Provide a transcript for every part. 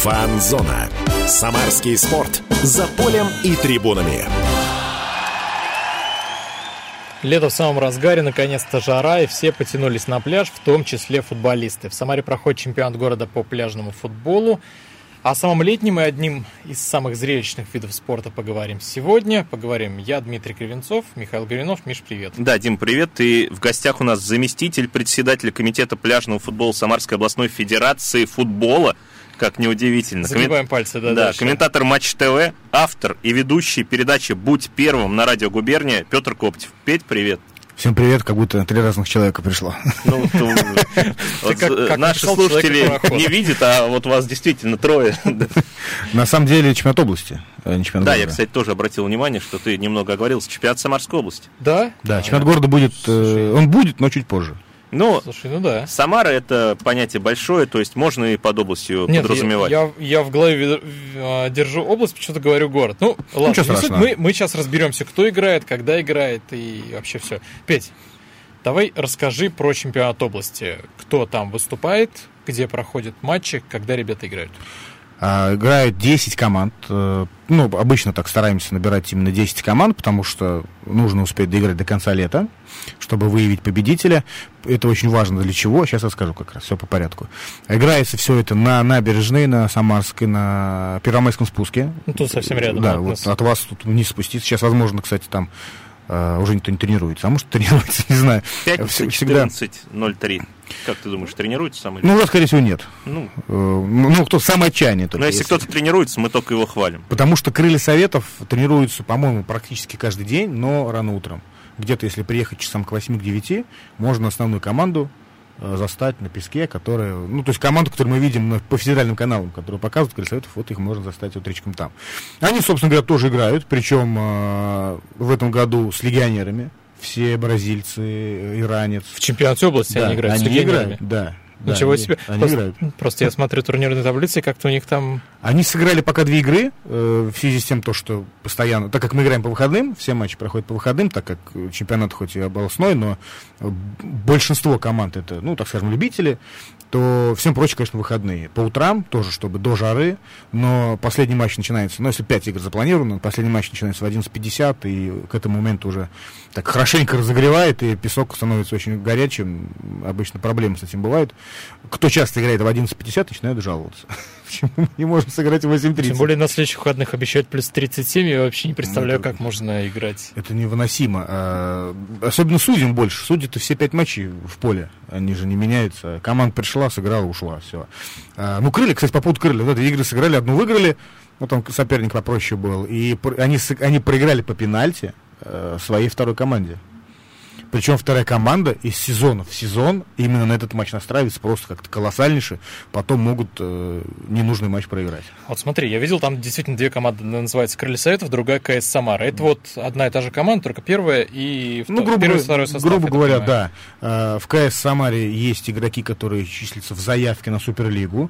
Фан-зона. Самарский спорт. За полем и трибунами. Лето в самом разгаре, наконец-то жара, и все потянулись на пляж, в том числе футболисты. В Самаре проходит чемпионат города по пляжному футболу. О самом летнем и одним из самых зрелищных видов спорта поговорим сегодня. Поговорим я, Дмитрий Кривенцов, Михаил Горюнов. Миш, привет. Да, Дим, привет. И в гостях у нас заместитель председателя комитета пляжного футбола Самарской областной федерации футбола. Как неудивительно. Загибаем пальцы, да. Да, комментатор Матч ТВ, автор и ведущий передачи «Будь первым» на радио «Губерния» Петр Коптев. Петь, привет. Всем привет, как будто 3 разных человека пришло. Наши слушатели не видят, а вот вас действительно 3. На самом деле чемпионат области. Да, я, кстати, тоже обратил внимание, что ты немного оговорился. Чемпионат Самарской области. Да? Да, чемпионат города будет, он будет, но чуть позже. Ну, слушай, да. Самара — это понятие большое, то есть можно и под областью подразумевать. Я в голове держу область, почему-то говорю город. Ну, ладно, мы сейчас разберемся, кто играет, когда играет и вообще все. Петь, давай расскажи про чемпионат области. Кто там выступает, где проходят матчи, когда ребята играют? Играют 10 команд. Обычно так стараемся набирать именно 10 команд, потому что нужно успеть доиграть до конца лета, чтобы выявить победителя. Это очень важно для чего. Сейчас расскажу как раз, все по порядку. Играется все это на набережной, на Самарской, на Первомайском спуске. Тут совсем рядом. Да, вот от вас тут вниз спуститься. Сейчас, возможно, кстати, там уже никто не тренируется. А может, тренируется, не знаю. 14:03. Как ты думаешь, тренируется самый? Скорее всего, нет. Кто самое отчаяние. Но если кто-то тренируется, мы только его хвалим. Потому что крылья советов тренируются, по-моему, практически каждый день, но рано утром. Где-то, если приехать часам к 8-9, можно основную команду застать на песке, которая... то есть команду, которую мы видим по федеральным каналам, которые показывают крылья советов, вот их можно застать утречком там. Они, собственно говоря, тоже играют, причем в этом году с легионерами. Все бразильцы, иранец. В чемпионате области они играют с легионерами? Да. Ничего себе. Просто я смотрю турнирные таблицы, как-то у них там... Они сыграли пока 2 игры, в связи с тем, что постоянно... Так как мы играем по выходным, все матчи проходят по выходным, так как чемпионат хоть и областной, но большинство команд это, так скажем, любители, то всем проще, конечно, выходные. По утрам тоже, чтобы до жары, но последний матч начинается, если 5 игр запланировано, последний матч начинается в 11:50, и к этому моменту уже так хорошенько разогревает, и песок становится очень горячим. Обычно проблемы с этим бывают. Кто часто играет в 11:50, начинают жаловаться. Почему мы не можем сыграть в 8:30? Тем более на следующих выходных обещают плюс 37, я вообще не представляю, как можно играть. Это невыносимо. Особенно судьям больше. Судьи-то все 5 матчей в поле, они же не меняются. Команда пришла, сыграла, ушла, все. Крылья, кстати, по поводу крылья. 2 игры сыграли, 1 выиграли, там соперник попроще был. И они проиграли по пенальти своей второй команде. Причем вторая команда из сезона в сезон именно на этот матч настраивается просто как-то колоссальнейше. Потом могут ненужный матч проиграть. Вот смотри, я видел, там действительно 2 команды, называется «Крылья Советов», другая КС Самара. Это вот одна и та же команда, только первая и первый и второй состав. Грубо говоря, да. В КС Самаре есть игроки, которые числятся в заявке на Суперлигу.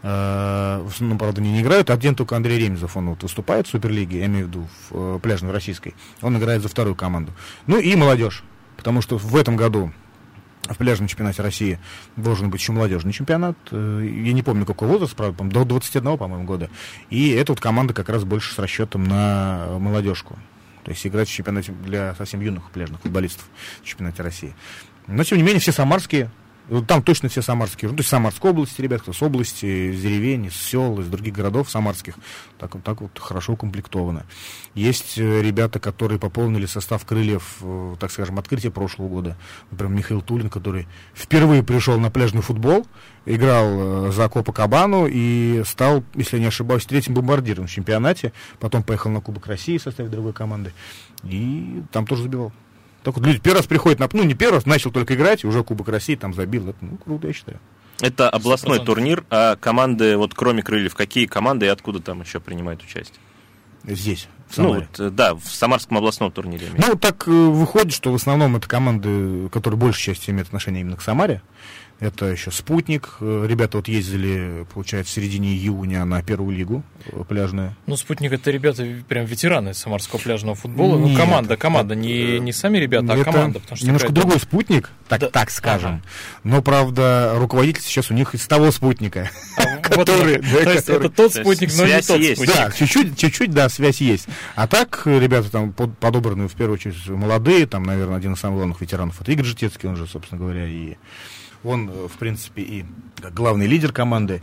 Правда, они не играют. Один только Андрей Ремезов, он выступает в Суперлиге, я имею в виду в пляжной, в российской. Он играет за вторую команду. И молодежь. Потому что в этом году в пляжном чемпионате России должен быть еще молодежный чемпионат. Я не помню, какой возраст, правда, до 21, по-моему, года. И эта вот команда как раз больше с расчетом на молодежку. То есть играть в чемпионате для совсем юных пляжных футболистов в чемпионате России. Но, тем не менее, все самарские. Там точно все самарские. То есть Самарской области, ребят, кто с области, из деревень, из сел, из других городов самарских. Так вот хорошо укомплектовано. Есть ребята, которые пополнили состав крыльев, так скажем, открытия прошлого года. Например, Михаил Тулин, который впервые пришел на пляжный футбол, играл за Копакабану и стал, если не ошибаюсь, 3-м бомбардиром в чемпионате. Потом поехал на Кубок России в составе другой команды. И там тоже забивал. Так вот, люди первый раз приходят не первый раз, начал только играть, уже Кубок России там забил. Это, круто, я считаю. Это областной 100%. Турнир, а команды, кроме крыльев, какие команды и откуда там еще принимают участие? Здесь, в Самаре. В Самарском областном турнире. Так выходит, что в основном это команды, которые большей частью имеют отношение именно к Самаре. Это еще «Спутник». Ребята ездили, получается, в середине июня на первую лигу пляжную. «Спутник» — это ребята прям ветераны самарского пляжного футбола. Нет, команда. Не сами ребята, а команда. Потому что немножко другой «Спутник», так скажем. Но, правда, руководитель сейчас у них из того «Спутника», которые... То есть это тот спутник, но не тот спутник. Да, чуть-чуть, да, связь есть. А так, ребята там подобраны, в первую очередь, молодые, там, наверное, один из самых главных ветеранов — это Игорь Житецкий, он же, собственно говоря, и он, в принципе, и главный лидер команды,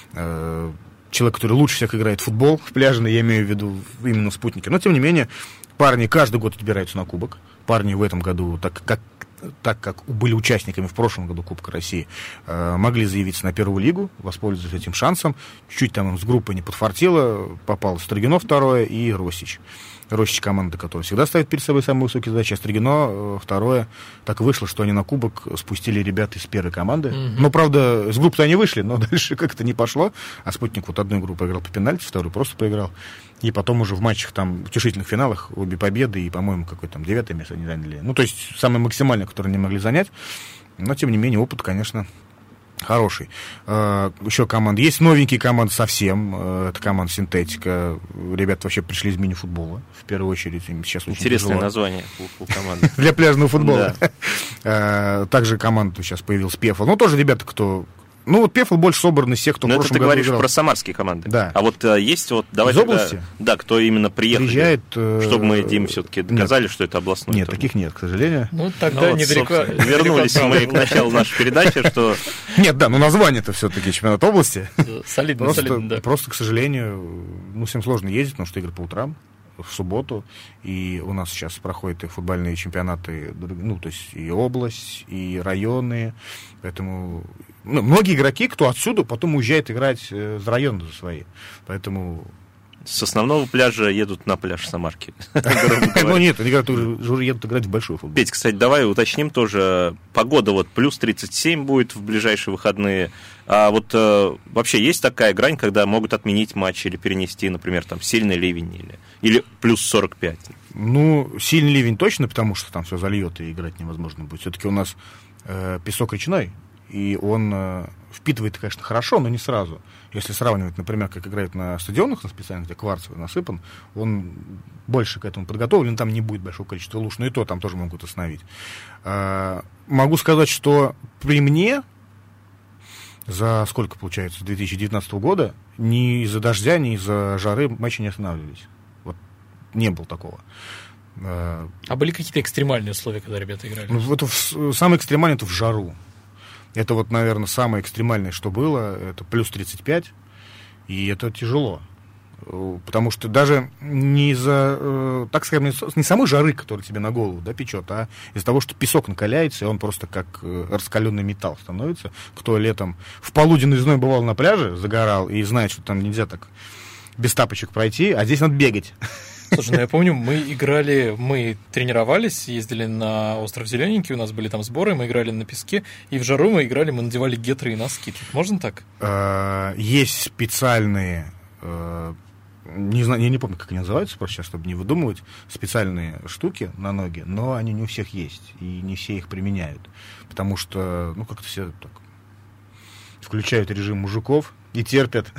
человек, который лучше всех играет в футбол пляжный, я имею в виду именно спутники. Но, тем не менее, парни каждый год отбираются на кубок. Парни в этом году, так как были участниками в прошлом году Кубка России, могли заявиться на первую лигу, воспользоваться этим шансом. Чуть-чуть там им с группой не подфартило, попал Строгино второе и Ростич. Ростич — команда, которая всегда ставит перед собой самые высокие задачи, а Строгино второе. Так вышло, что они на кубок спустили ребят из первой команды. Но, правда, с группы-то они вышли, но дальше как-то не пошло. А спутник вот одной группы играл по пенальти, вторую просто поиграл. И потом уже в матчах, там, в утешительных финалах обе победы, и, по-моему, какое-то там 9-е место они заняли. Ну, то есть, самое максимальное, которое они могли занять. Но, тем не менее, опыт, конечно, хороший. Еще команды. Есть новенькие команды совсем. Это команда «Синтетика». Ребята вообще пришли из мини-футбола, в первую очередь. Им сейчас очень интересное тяжело. Название у команды. Для пляжного футбола. Также команда сейчас появилась «Пефл». Ну, тоже ребята, кто... Ну, вот «Пефл» больше собран из тех, кто в прошлом году играл. Это ты говоришь про самарские команды. Да. А вот есть вот... Давай из области? Да, кто именно приезжает, чтобы мы, Дим, все-таки доказали, нет, что это областной. Нет, таких нет, к сожалению. Ну, тогда недалеко... Вернулись мы к началу нашей передачи, что... Нет, да, но название-то все-таки чемпионат области. Солидно, да. Просто, к сожалению, всем сложно ездить, потому что игры по утрам, в субботу, и у нас сейчас проходят и футбольные чемпионаты, ну, то есть и область, и районы, поэтому многие игроки, кто отсюда, потом уезжают играть за районы за свои, поэтому... С основного пляжа едут на пляж Самарки. Ну нет, они едут играть в большой футбол. Петь, кстати, давай уточним тоже. Погода вот плюс 37 будет в ближайшие выходные. А вот вообще есть такая грань, когда могут отменить матч или перенести, например, там сильный ливень или плюс 45? Ну, сильный ливень точно, потому что там все зальет и играть невозможно будет. Все-таки у нас песок речной, и он впитывает, конечно, хорошо, но не сразу. Если сравнивать, например, как играют на стадионах, на специальных, где кварцевый насыпан, он больше к этому подготовлен, там не будет большого количества луж, но и то там тоже могут остановить. Могу сказать, что при мне за сколько, получается, 2019 года ни из-за дождя, ни из-за жары матчи не останавливались. Вот не было такого. А были какие-то экстремальные условия, когда ребята играли? Самое экстремальное — это в жару. Это вот, наверное, самое экстремальное, что было, это плюс 35, и это тяжело. Потому что даже не из-за, так скажем, не самой жары, которая тебе на голову, да, печет, а из-за того, что песок накаляется, и он просто как раскаленный металл становится. Кто летом в полуденный зной бывал на пляже, загорал, и знает, что там нельзя так без тапочек пройти, а здесь надо бегать. Слушай, ну я помню, мы тренировались, ездили на остров Зелененький, у нас были там сборы, мы играли на песке, и в жару мы надевали гетры и носки. Можно так? Есть специальные, не знаю, я не помню, как они называются, просто сейчас, чтобы не выдумывать, специальные штуки на ноги, но они не у всех есть, и не все их применяют, потому что, ну, как-то все так включают режим мужиков и терпят.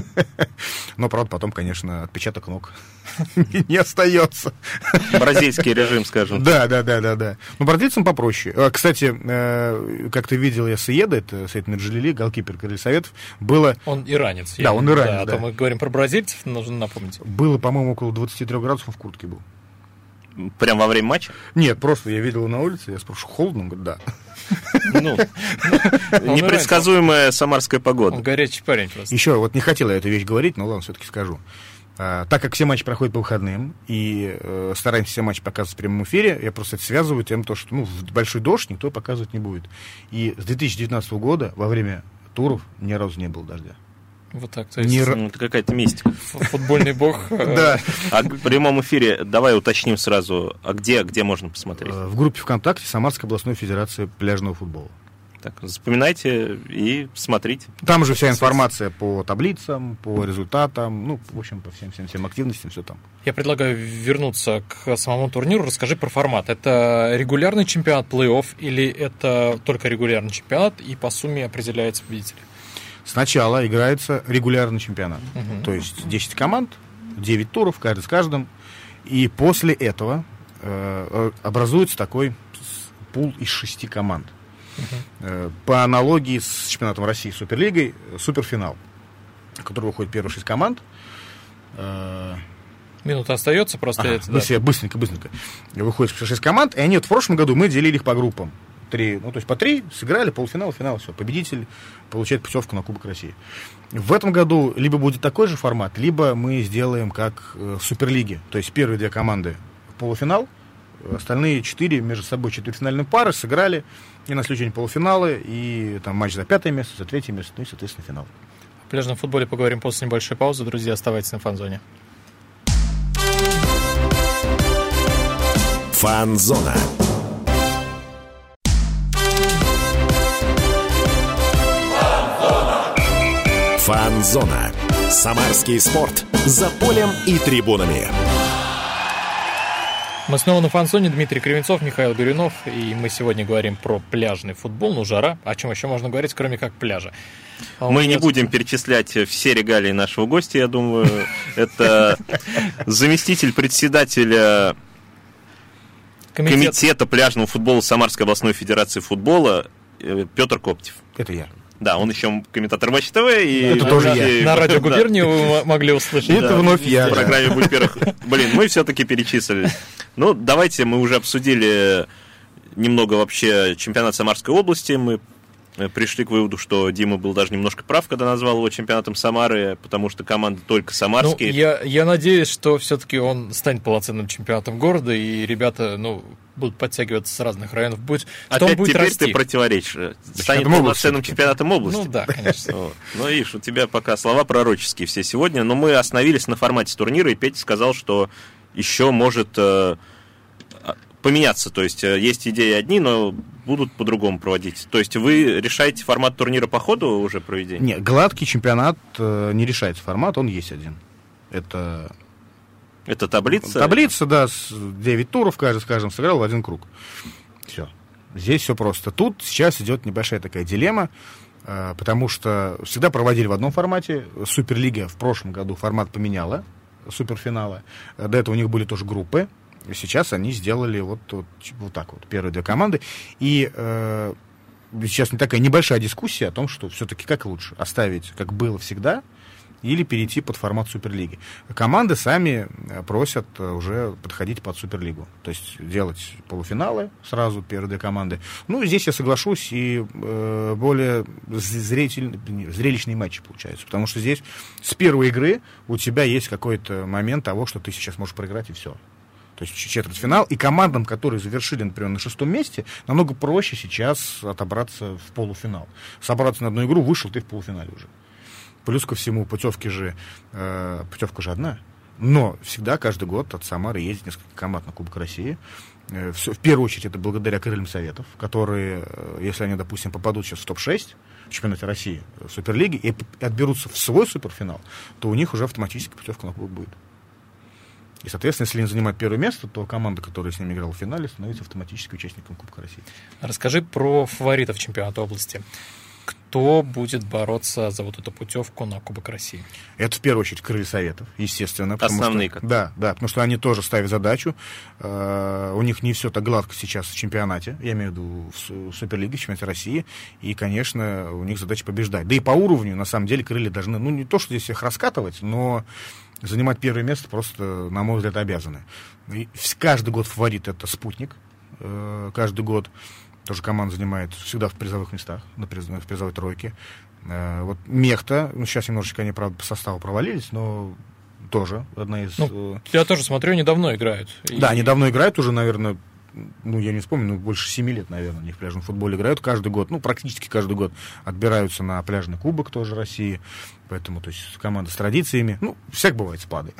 Но, правда, потом, конечно, отпечаток ног не остается. Бразильский режим, скажем. Да. Ну, бразильцам попроще. Кстати, как ты видел, я Саеда, это Саид Меджелили, голкипер Крылья Советов, было... Он иранец. Да, он иранец, да. А то мы говорим про бразильцев, нужно напомнить. Было, по-моему, около 23 градусов, в куртке был. Прям во время матча? Нет, просто я видел его на улице, я спрашиваю, холодно? Он говорит, да. Ну, непредсказуемая самарская погода. Он горячий парень просто. Еще вот не хотел я эту вещь говорить, но ладно, все-таки скажу. Так как все матчи проходят по выходным, и стараемся все матчи показывать в прямом эфире, я просто это связываю тем, что в большой дождь никто показывать не будет. И с 2019 года во время туров ни разу не было дождя. Вот так, то есть... Это какая-то мистика. Футбольный бог. Да. А в прямом эфире давай уточним сразу, а где можно посмотреть? В группе ВКонтакте Самарской областной федерации пляжного футбола. Так, запоминайте и смотрите. Там же вся информация по таблицам, по результатам, ну, в общем, по всем активностям, все там. Я предлагаю вернуться к самому турниру. Расскажи про формат. Это регулярный чемпионат, плей-офф, или это только регулярный чемпионат, и по сумме определяется победитель? Сначала играется регулярный чемпионат. То есть 10 команд, 9 туров, каждый с каждым. И после этого образуется такой пул из 6 команд. По аналогии с чемпионатом России Суперлигой, суперфинал. в который выходит первые 6 команд. Минута остается, просто быстренько. Выходит 6 команд, и они вот в прошлом году мы делили их по группам. 3, то есть по 3, сыграли, полуфинал, финал, все. Победитель получает путевку на Кубок России. В этом году либо будет такой же формат, либо мы сделаем как в Суперлиге. То есть первые 2 команды в полуфинал, остальные 4 между собой четвертьфинальные пары сыграли, и на следующий день полуфиналы, и там матч за 5-е место, за 3-е место, ну и, соответственно, финал. О пляжном футболе поговорим после небольшой паузы. Друзья, оставайтесь на Фан-зоне. Фан-зона. Фан-зона. Самарский спорт. За полем и трибунами. Мы снова на Фан-зоне. Дмитрий Кривенцов, Михаил Горюнов. И мы сегодня говорим про пляжный футбол. Ну, жара. О чем еще можно говорить, кроме как пляжа? Мы не будем перечислять все регалии нашего гостя, я думаю. Это заместитель председателя комитета пляжного футбола Самарской областной федерации футбола Петр Коптев. Это я. Да, он еще комментатор Матч ТВ. Это тоже я. На радио «Губернию» вы могли услышать. Это вновь я. В программе «Будь первых». Блин, мы все-таки перечислили. Ну, давайте, мы уже обсудили немного вообще чемпионат Самарской области. Мы пришли к выводу, что Дима был даже немножко прав, когда назвал его чемпионатом Самары, потому что команды только самарские. Ну, я надеюсь, что все-таки он станет полноценным чемпионатом города, и ребята, будут подтягиваться с разных районов. Опять теперь расти. Ты противоречишь. Станет полноценным чемпионатом области. Ну да, конечно. Ну, видишь, у тебя пока слова пророческие все сегодня, но мы остановились на формате турнира, и Петя сказал, что еще может поменяться. То есть есть идеи одни, но будут по-другому проводить. То есть вы решаете формат турнира по ходу уже проведения? Нет, гладкий чемпионат не решается формат, он есть один. Это таблица? Таблица, да, с 9 туров, каждый, сыграл в один круг. Все. Здесь все просто. Тут сейчас идет небольшая такая дилемма, потому что всегда проводили в одном формате. Суперлига в прошлом году формат поменяла, суперфинала. До этого у них были тоже группы. Сейчас они сделали вот так вот, первые 2 команды. И сейчас такая небольшая дискуссия о том, что все-таки как лучше, оставить, как было всегда, или перейти под формат Суперлиги. Команды сами просят уже подходить под Суперлигу. То есть делать полуфиналы сразу, первые 2 команды. Ну, здесь я соглашусь, и более зрелищные матчи получаются. Потому что здесь с первой игры у тебя есть какой-то момент того, что ты сейчас можешь проиграть, и все. То есть четвертьфинал, и командам, которые завершили, например, на 6-м месте, намного проще сейчас отобраться в полуфинал. Собраться на одну игру, вышел ты в полуфинале уже. Плюс ко всему, путевка же одна. Но всегда, каждый год от Самары ездит несколько команд на Кубок России. В первую очередь это благодаря крыльям советов, которые, если они, допустим, попадут сейчас в топ-6 в чемпионате России, в Суперлиге, и отберутся в свой суперфинал, то у них уже автоматически путевка на Кубок будет. И, соответственно, если они занимают первое место, то команда, которая с ними играла в финале, становится автоматически участником Кубка России. Расскажи про фаворитов чемпионата области. Кто будет бороться за вот эту путевку на Кубок России? Это, в первую очередь, крылья советов, естественно. Основные. Да, потому что они тоже ставят задачу. У них не все так гладко сейчас в чемпионате, я имею в виду в Суперлиге, в чемпионате России. И, конечно, у них задача побеждать. Да и по уровню, на самом деле, крылья должны, не то, что здесь всех раскатывать, но занимать первое место просто, на мой взгляд, обязаны. И каждый год фаворит — это «Спутник». Каждый год тоже команда занимает всегда в призовых местах, в призовой тройке. Вот Мехта, сейчас немножечко они, правда, по составу провалились, но тоже одна из... Я тоже смотрю, недавно играют. Да, недавно играют уже, наверное, я не вспомню, больше 7 лет, наверное, они в пляжном футболе играют каждый год, практически каждый год отбираются на пляжный кубок тоже России, поэтому, то есть, команда с традициями, всяк бывает спады.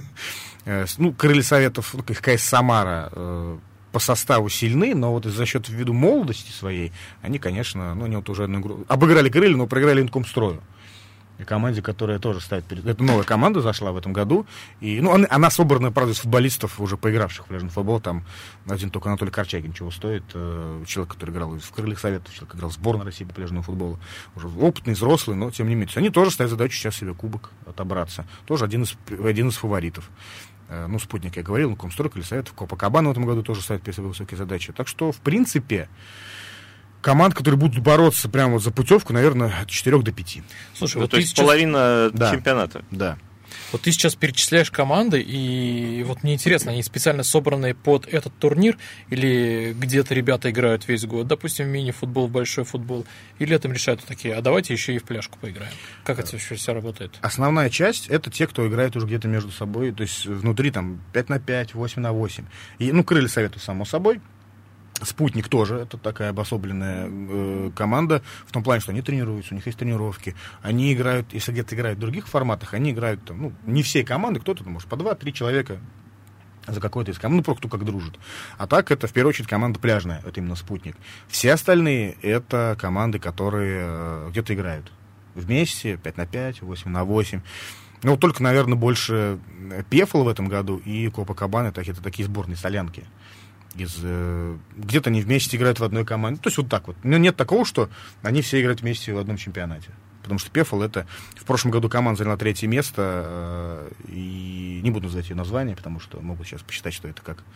Крылья советов, КС Самара по составу сильны, но вот за счет ввиду молодости своей, они, конечно, они вот уже одну игру обыграли крылья, но проиграли Инкомстрою. И команде, которая тоже ставит перед... Это новая команда зашла в этом году. И, она собрана, правда, из футболистов, уже поигравших в пляжный футбол. Там один только Анатолий Корчагин чего стоит. Человек, который играл в крыльях советов, человек, играл в сборной России по пляжному футболу. Уже опытный, взрослый, но тем не менее. Они тоже ставят задачу сейчас себе кубок отобраться. Тоже один из фаворитов. Спутник я говорил, Комстрой, крылья советов, Копакабана в этом году тоже ставит перед собой высокие задачи. Так что, в принципе, команд, которые будут бороться прямо за путевку, наверное, от 4 до 5. Слушай, то есть половина чемпионата. Да. Вот ты сейчас перечисляешь команды, и вот мне интересно, они специально собраны под этот турнир, или где-то ребята играют весь год, допустим, в мини-футбол, в большой футбол, или летом решают такие, а давайте еще и в пляжку поиграем. Как это все работает? Основная часть — это те, кто играет уже где-то между собой, то есть внутри там 5-5, 8-8. И, крылья советуют, само собой. «Спутник» тоже, это такая обособленная команда, в том плане, что они тренируются, у них есть тренировки, они играют, если где-то играют в других форматах, они играют, там, не всей команды, кто-то, может, по 2-3 человека за какой-то из команд, просто кто как дружит. А так, это, в первую очередь, команда пляжная, это именно «Спутник». Все остальные — это команды, которые где-то играют вместе, 5-5, 8-8. Только, наверное, больше «Пефл» в этом году и «Копакабана» — это такие сборные солянки. Где-то они вместе играют в одной команде. То есть вот так вот. Но нет такого, что они все играют вместе в одном чемпионате. Потому что «Пефл» — это в прошлом году команда заняла 3-е место. И не буду называть ее название, потому что могут сейчас посчитать, что это как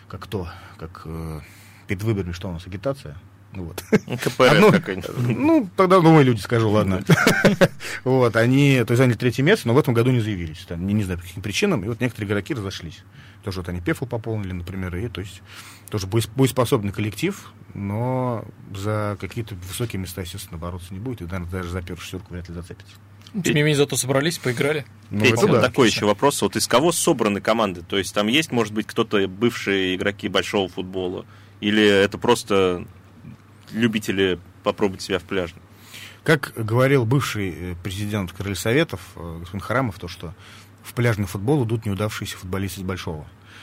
перед выборами, что у нас, агитация. Вот. КПРФ какой-нибудь. Тогда, думаю, люди скажу, ладно. Вот, они заняли 3-е место, но в этом году не заявились. Не знаю, по каким причинам. И вот некоторые игроки разошлись. Тоже вот они «Пефл» пополнили, например, и то есть тоже боеспособный коллектив, но за какие-то высокие места, естественно, бороться не будет, и, наверное, даже за первую шестерку вряд ли зацепится. Тем не менее, зато собрались, поиграли. Петя, вот такой еще вопрос. Вот из кого собраны команды? То есть там есть, может быть, кто-то бывшие игроки большого футбола? Или это просто любители попробовать себя в пляжном? Как говорил бывший президент Крылья Советов, господин Харамов, то, что в пляжный футбол идут неудавшиеся футболисты из большого.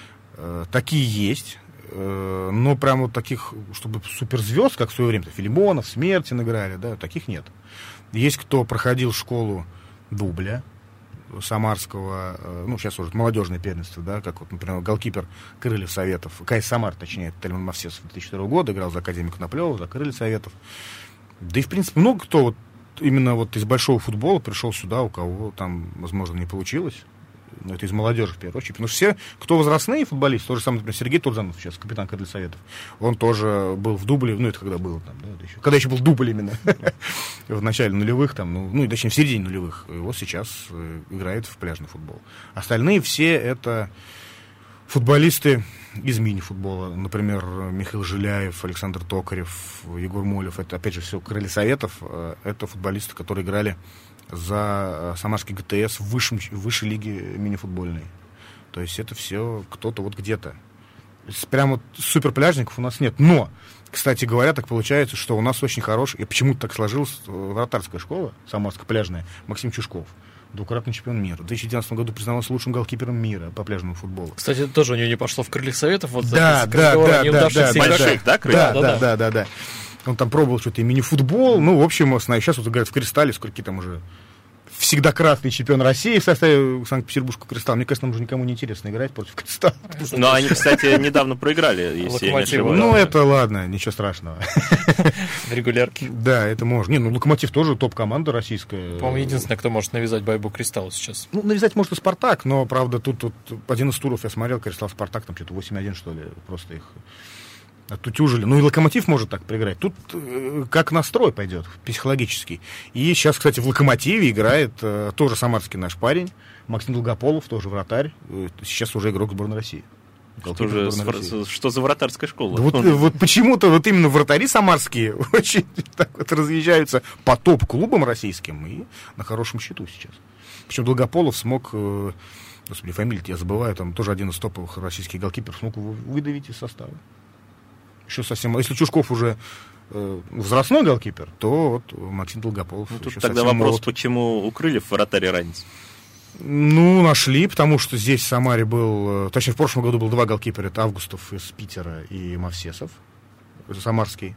Такие есть, но прям вот таких, чтобы суперзвезд, как в свое время, Филимонов, Смертин играли, да, таких нет. Есть кто проходил школу дубля самарского, сейчас уже молодежное первенство, да, как вот, например, голкипер Крыльев Советов, КС Самар, точнее, Тельман Мавсесов 2002 года, играл за Академию Коноплева, за Крылья Советов. Да и, в принципе, много кто вот именно вот из большого футбола пришел сюда, у кого там, возможно, не получилось. Но это из молодежи, в первую очередь. Потому что все, кто возрастные футболисты, тот же самый, например, Сергей Турзанов, сейчас капитан Крыльев Советов, он тоже был в дубле, это когда было там, да, когда еще был дубль именно, в начале нулевых, там, точнее, в середине нулевых. И вот сейчас играет в пляжный футбол. Остальные все это футболисты из мини-футбола. Например, Михаил Жиляев, Александр Токарев, Егор Молев. Это, опять же, все Крылья Советов. Это футболисты, которые играли за Самарский ГТС в высшей лиге мини-футбольной. То есть это все кто-то вот где-то. Прям вот суперпляжников у нас нет. Но, кстати говоря, так получается, что у нас очень хороший, и почему-то так сложилась вратарская школа, самарская пляжная, Максим Чушков. Двукратный чемпион мира. В 2019 году признавался лучшим голкипером мира по пляжному футболу. Кстати, тоже у него не пошло в Крыльях Советов. Вот да. Больших, да, крылья? Да. Он там пробовал что-то и мини-футбол. В общем, сейчас вот играет в «Кристалле», сколько там уже всегда красный чемпион России в составе Санкт-Петербургского «Кристалла». Мне кажется, нам уже никому не интересно играть против «Кристалла». Но они, кстати, недавно проиграли, если я не ошибаюсь. Это ладно, ничего страшного. В регулярке. Да, это можно. «Локомотив» тоже топ-команда российская. По-моему, единственное, кто может навязать борьбу «Кристаллу» сейчас. Навязать может и «Спартак», но, правда, тут один из туров я смотрел, «Кристалл-Спартак», там что-то 8-1, что ли, просто их оттутюжили. И «Локомотив» может так проиграть. Тут как настрой пойдет, психологический. И сейчас, кстати, в «Локомотиве» играет тоже самарский наш парень, Максим Долгополов, тоже вратарь. Сейчас уже игрок сборной России. Что за вратарская школа? Вот почему-то вот именно вратари самарские очень так вот разъезжаются по топ-клубам российским и на хорошем счету сейчас. Причем Долгополов смог, господи, фамилию я забываю, там тоже один из топовых российских голкиперов, смог выдавить из состава. Еще совсем. Если Чушков уже возрастной голкипер, то вот Максим Долгополов. Тут тогда вопрос, молод. Почему у Крыльев вратарь ранец? Нашли, потому что здесь в Самаре был, точнее, в прошлом году был 2 голкипера, это Августов из Питера и Мавсесов, самарский.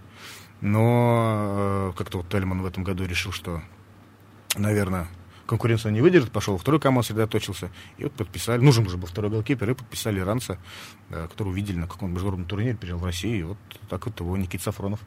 Но как-то вот Тельман в этом году решил, что, наверное, конкуренцию не выдержит, пошел во вторую команду, сосредоточился, и вот подписали, нужен уже был второй голкипер, и подписали иранца, которого видели на каком-то международном турнире, приезжал в Россию, и вот так вот его Никита Сафронов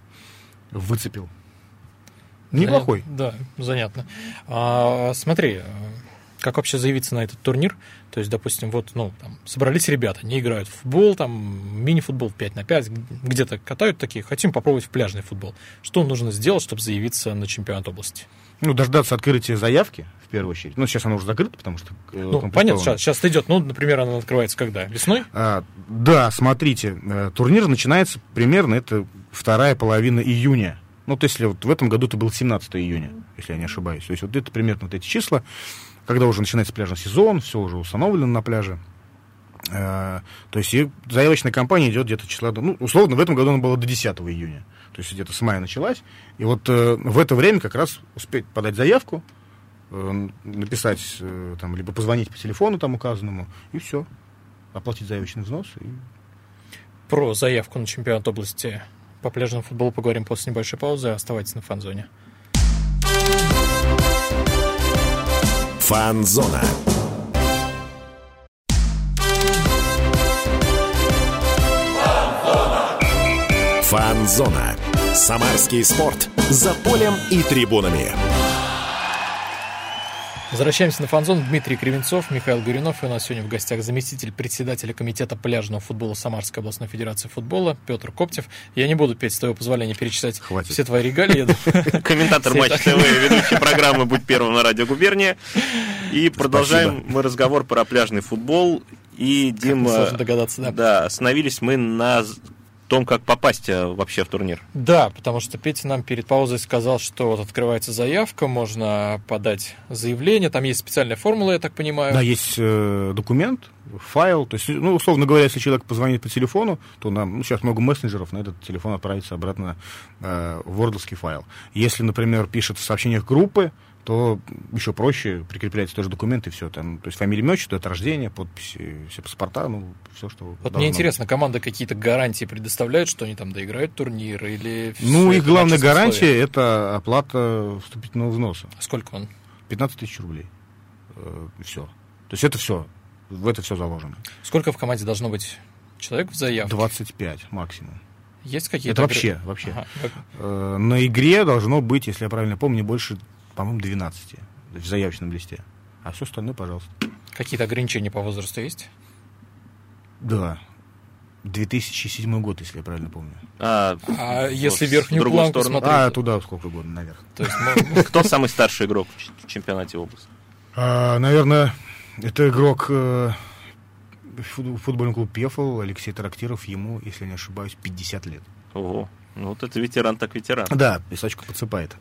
выцепил. Неплохой. Да, занятно. Смотри, Как вообще заявиться на этот турнир? То есть, допустим, вот, собрались ребята, не играют в футбол, мини-футбол 5х5, где-то катают такие, хотим попробовать в пляжный футбол. Что нужно сделать, чтобы заявиться на чемпионат области? Дождаться открытия заявки, в первую очередь. Сейчас она уже закрыта, потому что... понятно, сейчас идет. Например, она открывается когда? Весной? Да, смотрите, турнир начинается примерно, это вторая половина июня. Если вот в этом году это был 17 июня, если я не ошибаюсь. То есть вот это примерно вот эти числа, когда уже начинается пляжный сезон, все уже установлено на пляже. То есть и заявочная кампания идет где-то числа... условно, в этом году она была до 10 июня. То есть где-то с мая началась. И вот в это время как раз успеть подать заявку, написать, либо позвонить по телефону указанному, и все. Оплатить заявочный взнос. Про заявку на чемпионат области по пляжному футболу поговорим после небольшой паузы. Оставайтесь на Фан-зоне. Фан-зона. Фан-зона. Самарский спорт. За полем и трибунами. Возвращаемся на Фан-зону. Дмитрий Кривенцов, Михаил Горюнов. И у нас сегодня в гостях заместитель председателя комитета пляжного футбола Самарской областной федерации футбола Петр Коптев. Я не буду, Петь, с твоего позволения перечислять все твои регалии. Комментатор Матч ТВ, ведущий программы «Будь первым» на радио «Губерния». И продолжаем мы разговор про пляжный футбол. И, Дима, сложно догадаться, да, остановились мы на том, как попасть вообще в турнир. Да, потому что Петя нам перед паузой сказал, что вот открывается заявка, можно подать заявление, там есть специальная формула, я так понимаю. Да, есть документ, файл, то есть, условно говоря, если человек позвонит по телефону, то нам, сейчас много мессенджеров, на этот телефон отправится обратно в вордовский файл. Если, например, пишет в сообщениях группы, то еще проще, прикрепляется тоже документ и все. То есть фамилия, имя, отчество, дата рождения, подписи, все паспорта, все, что... Вот мне интересно, команда какие-то гарантии предоставляет, что они там доиграют турнир или... их главная гарантия — это оплата вступительного взноса. А сколько он? 15 тысяч рублей. Все. То есть это все. В это все заложено. Сколько в команде должно быть человек в заявке? 25 максимум. Есть какие-то... Это вообще. Ага. На игре должно быть, если я правильно помню, не больше, по-моему, 12 в заявочном листе. А все остальное, пожалуйста. Какие-то ограничения по возрасту есть? Да. 2007 год, если я правильно помню. Если верхнюю планку смотреть? Туда сколько угодно, наверх. Кто самый старший игрок в чемпионате области? Наверное, это игрок футбольный клуб «Пефл» Алексей Тарактиров. Ему, если не ошибаюсь, 50 лет. Ого. Вот это ветеран так ветеран. Да, песочку подсыпает.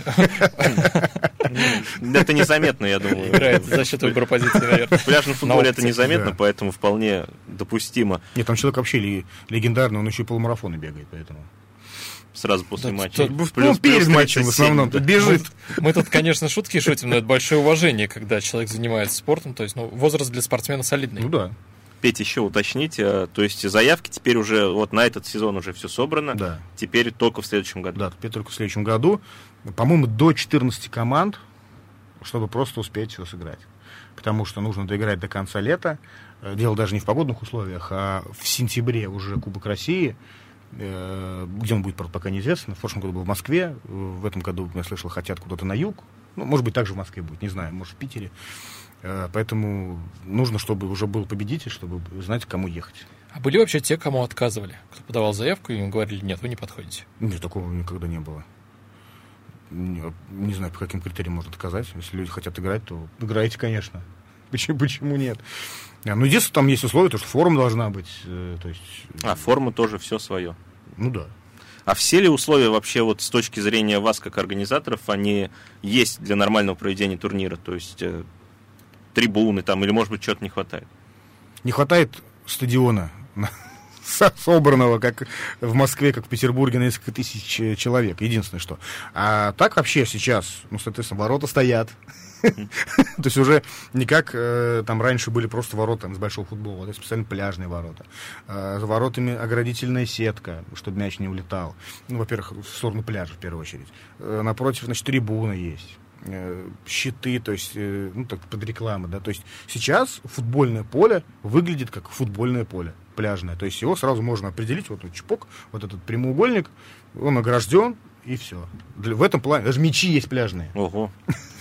Это незаметно, я думаю. Играет за счет выбора позиции, наверное. В пляжном футболе это незаметно, поэтому вполне допустимо. Нет, там человек вообще легендарный, он еще и полумарафоны бегает, поэтому... Сразу после матча. Перед матчем в основном бежит. Мы тут, конечно, шутки шутим, но это большое уважение, когда человек занимается спортом. То есть, возраст для спортсмена солидный. Да. Петь, еще уточните, то есть заявки теперь уже, вот на этот сезон уже все собрано, да. Теперь только в следующем году. Да, теперь только в следующем году. По-моему, до 14 команд, чтобы просто успеть все сыграть. Потому что нужно доиграть до конца лета. Дело даже не в погодных условиях, а в сентябре уже Кубок России. Где он будет, пока неизвестно. В прошлом году был в Москве, в этом году, я слышал, хотят куда-то на юг. Может быть, также в Москве будет, не знаю, может, в Питере. Поэтому нужно, чтобы уже был победитель, чтобы знать, к кому ехать. А были вообще те, кому отказывали? Кто подавал заявку, и им говорили: нет, вы не подходите? Нет, такого никогда не было. Не знаю, по каким критериям можно отказать. Если люди хотят играть, то играйте, конечно. Почему нет? Единственное, там есть условия, то, что форма должна быть. То есть... форма тоже все свое. Да. А все ли условия вообще вот с точки зрения вас, как организаторов, они есть для нормального проведения турнира? То есть трибуны там, или, может быть, чего-то не хватает? Не хватает стадиона, собранного, как в Москве, как в Петербурге, на несколько тысяч человек. Единственное, что. А так вообще сейчас, соответственно, ворота стоят. То есть уже не как там раньше были просто ворота с большого футбола, это специально пляжные ворота. За воротами оградительная сетка, чтобы мяч не улетал. Во-первых, в сторону пляжа в первую очередь. Напротив, трибуна есть. Щиты, то есть, так, под рекламу, да, то есть сейчас футбольное поле выглядит как футбольное поле пляжное, то есть его сразу можно определить, вот чпок, вот этот прямоугольник, он огражден, и все. В этом плане, даже мячи есть пляжные. Ого.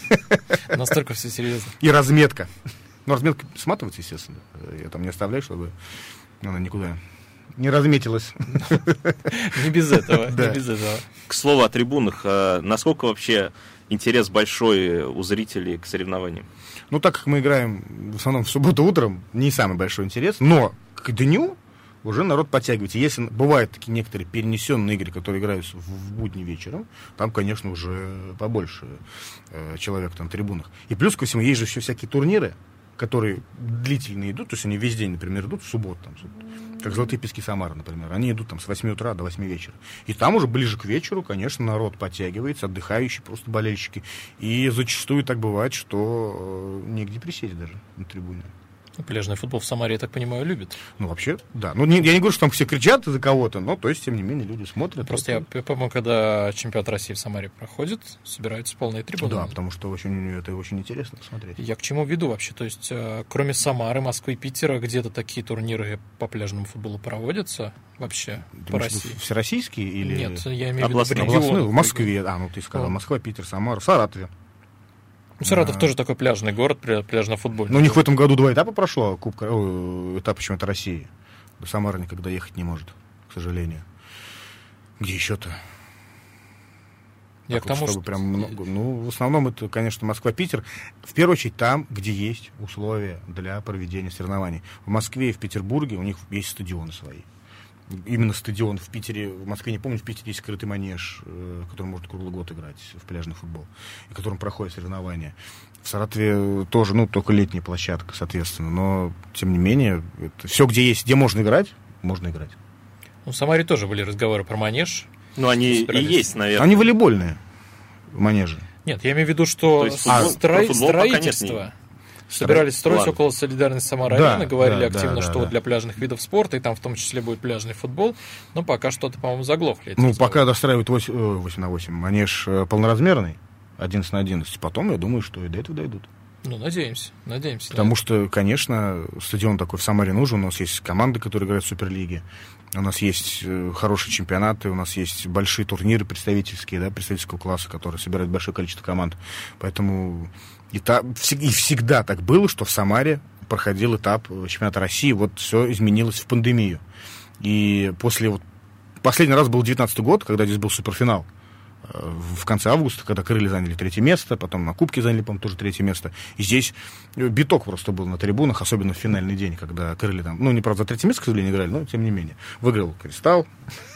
Настолько все серьезно. И разметка. Ну, разметка сматывается, естественно. Я там не оставляю, чтобы она никуда не разметилась. Не без этого, Да. не без этого. К слову о трибунах, насколько вообще интерес большой у зрителей к соревнованиям? Ну, так как мы играем в основном в субботу утром, не самый большой интерес, но к дню уже народ подтягивается. Если бывают такие некоторые перенесенные игры, которые играются в будни вечером, там, конечно, уже побольше человек там на трибунах. И плюс ко всему, есть же еще всякие турниры, которые длительные идут, то есть они весь день, например, идут в субботу, там, как «Золотые пески Самары», например, они идут там с 8 утра до 8 вечера. И там уже ближе к вечеру, конечно, народ подтягивается, отдыхающие, просто болельщики. И зачастую так бывает, что негде присесть даже на трибуне. Пляжный футбол в Самаре, я так понимаю, любят. Ну, вообще, да. Ну, я не говорю, что там все кричат из-за кого-то, но, то есть, тем не менее, люди смотрят. Просто я помню, когда чемпионат России в Самаре проходит, собираются полные трибуны. Да, потому что это очень интересно посмотреть. Я к чему веду вообще? То есть, кроме Самары, Москвы и Питера, где-то такие турниры по пляжному футболу проводятся вообще по России? Всероссийские или... Нет, я имею в виду в областные? регионах. В Москве, ты сказал, Москва, Питер, Самара, Саратове. Ну, Саратов тоже такой пляжный город, пляжно-футбольный. Но у них в этом году 2 этапа прошло, этапа чемпионата России. До Самары никогда ехать не может, к сожалению. Где еще-то? Я Так к тому, вот, что... чтобы прям много. Ну, в основном это, конечно, Москва, Питер. В первую очередь там, где есть условия для проведения соревнований. В Москве и в Петербурге у них есть стадионы свои. Именно стадион в Питере, в Москве, не помню, в Питере есть скрытый манеж, который может круглый год играть в пляжный футбол, и в котором проходят соревнования. В Саратове тоже, только летняя площадка, соответственно, но, тем не менее, это все, где есть, где можно играть, можно играть. Ну, в Самаре тоже были разговоры про манеж. Ну, они и есть, наверное. Они волейбольные манежи. Нет, я имею в виду, что То есть про футбол пока нет строительство... Собирались строить Ладно. около Солидарности Самара-Арена, говорили активно, что вот да. для пляжных видов спорта, и там в том числе будет пляжный футбол, но пока что-то, по-моему, заглохли. Пока достраивают 8/8 манеж полноразмерный, 11/11, потом, я думаю, что и до этого дойдут. Ну, надеемся. Потому что, конечно, стадион такой в Самаре нужен, у нас есть команды, которые играют в Суперлиге, у нас есть хорошие чемпионаты, у нас есть большие турниры представительские, представительского класса, которые собирают большое количество команд, поэтому... И всегда так было, что в Самаре проходил этап чемпионата России. Вот все изменилось в пандемию. И последний раз был 2019 год, когда здесь был суперфинал. В конце августа, когда крылья заняли 3 место, потом на Кубке заняли, по-моему, тоже 3 место. И здесь биток просто был на трибунах, особенно в финальный день, когда крылья там, не правда, за 3 место, к сожалению, играли, но тем не менее. Выиграл «Кристалл».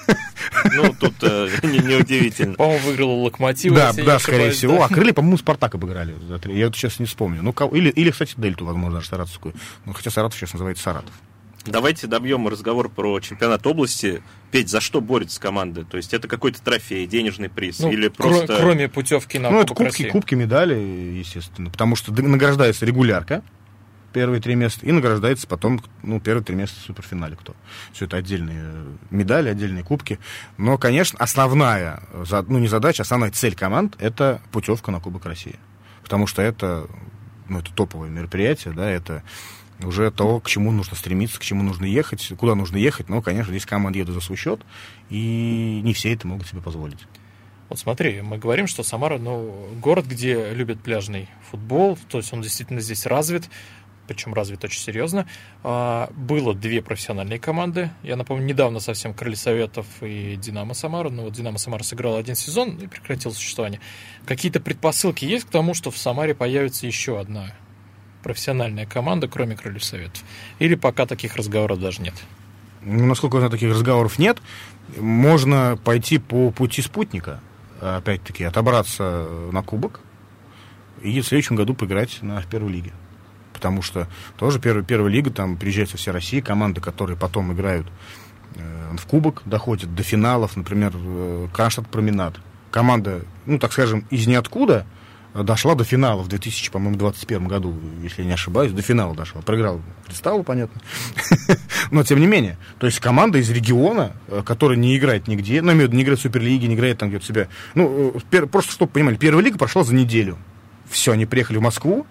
Ну, тут неудивительно. По-моему, выиграл «Локомотив». Да, скорее всего. А крылья, по-моему, «Спартак» обыграли. Я вот сейчас не вспомню. Или, кстати, «Дельту», возможно, даже саратовскую. Хотя Саратов сейчас называется «Саратов». Давайте добьем разговор про чемпионат области. Петь, за что борется команда? То есть это какой-то трофей, денежный приз? Или просто... Кроме путевки на это Кубок России. кубки, медали, естественно. Потому что награждается регулярка первые 3 места, и награждается потом, первые 3 места в суперфинале кто. Все это отдельные медали, отдельные кубки. Но, конечно, основная, не задача, основная цель команд — это путевка на Кубок России. Потому что это топовое мероприятие, это уже то, к чему нужно стремиться, к чему нужно ехать, куда нужно ехать. Но, конечно, здесь команды едут за свой счет, и не все это могут себе позволить. Вот смотри, мы говорим, что Самара, город, где любят пляжный футбол, то есть он действительно здесь развит, причем развит очень серьезно. Было 2 профессиональные команды. Я напомню, недавно совсем Крылья Советов и Динамо Самара. Динамо Самара сыграл 1 сезон и прекратил существование. Какие-то предпосылки есть к тому, что в Самаре появится еще одна профессиональная команда, кроме Крыльев Советов? Или пока таких разговоров даже нет? Насколько я знаю, таких разговоров нет. Можно пойти по пути спутника, опять-таки, отобраться на Кубок и в следующем году поиграть в первой лиге. Потому что тоже первая лига, там приезжают со всей России команды, которые потом играют в Кубок, доходят до финалов, например, Кронштадт Променад. Команда, так скажем, из ниоткуда дошла до финала в 2021 году, если я не ошибаюсь, до финала дошла. Проиграл «Кристаллу», понятно. Но, тем не менее, то есть команда из региона, которая не играет нигде, не играет в Суперлиге, не играет там где-то себя. Просто, чтобы понимали, первая лига прошла за неделю. Все, они приехали в Москву,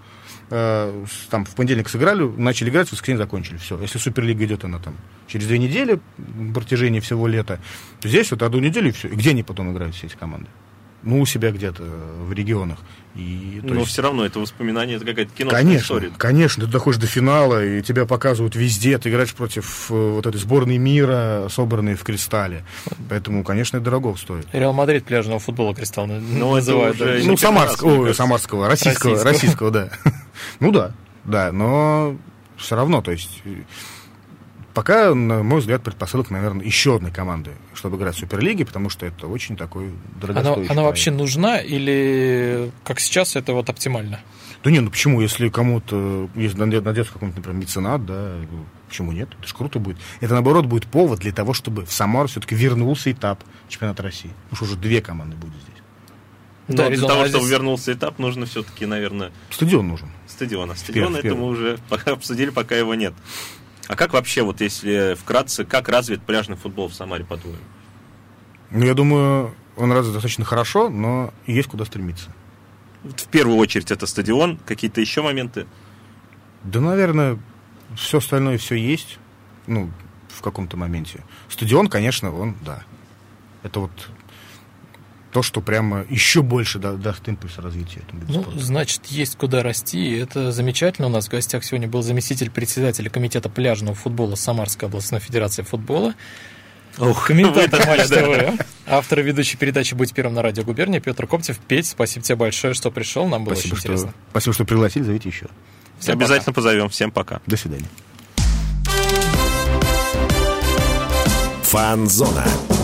там в понедельник сыграли, начали играть, в воскресенье закончили. Все. Если Суперлига идет, она там через 2 недели, на протяжении всего лета, то здесь 1 неделю и все. И где они потом играют, все эти команды? у себя где-то в регионах. Но все равно это воспоминание, это какая-то киношная история. Конечно, ты доходишь до финала, и тебя показывают везде, ты играешь против вот этой сборной мира, собранной в «Кристалле». Поэтому, конечно, это дорого стоит. Реал Мадрид пляжного футбола «Кристалл» называют. Самарского, российского, да. Да, но все равно, то есть... Пока, на мой взгляд, предпосылок, наверное, еще одной команды, чтобы играть в Суперлиге, потому что это очень такой дорогостоящий. Она вообще нужна или, как сейчас, это вот оптимально? Да не, почему? Если кому-то, если найдется какой-нибудь, например, меценат, да, почему нет? Это же круто будет. Это, наоборот, будет повод для того, чтобы в Самару все-таки вернулся этап чемпионата России. Потому что уже 2 команды будет здесь. Да, для того, чтобы вернулся этап, нужно все-таки, наверное... Стадион нужен. Стадион это мы уже обсудили, пока его нет. А как вообще, вот если вкратце, как развит пляжный футбол в Самаре, по-твоему? Я думаю, он развит достаточно хорошо, но есть куда стремиться. В первую очередь это стадион, какие-то еще моменты? Да, наверное, все остальное все есть, в каком-то моменте. Стадион, конечно, да. Это вот то, что прямо еще больше даст импульс развития этому виду спорта. Значит, есть куда расти. Это замечательно. У нас в гостях сегодня был заместитель председателя комитета пляжного футбола Самарской областной федерации футбола. Комментатор Матч ТВ. Автор и ведущий передачи «Будь первым» на радио «Губерния» Петр Коптев. Петь, спасибо тебе большое, что пришел. Нам было очень интересно. Спасибо, что пригласили. Зовите еще. Обязательно позовем. Всем пока. До свидания. Фан-зона.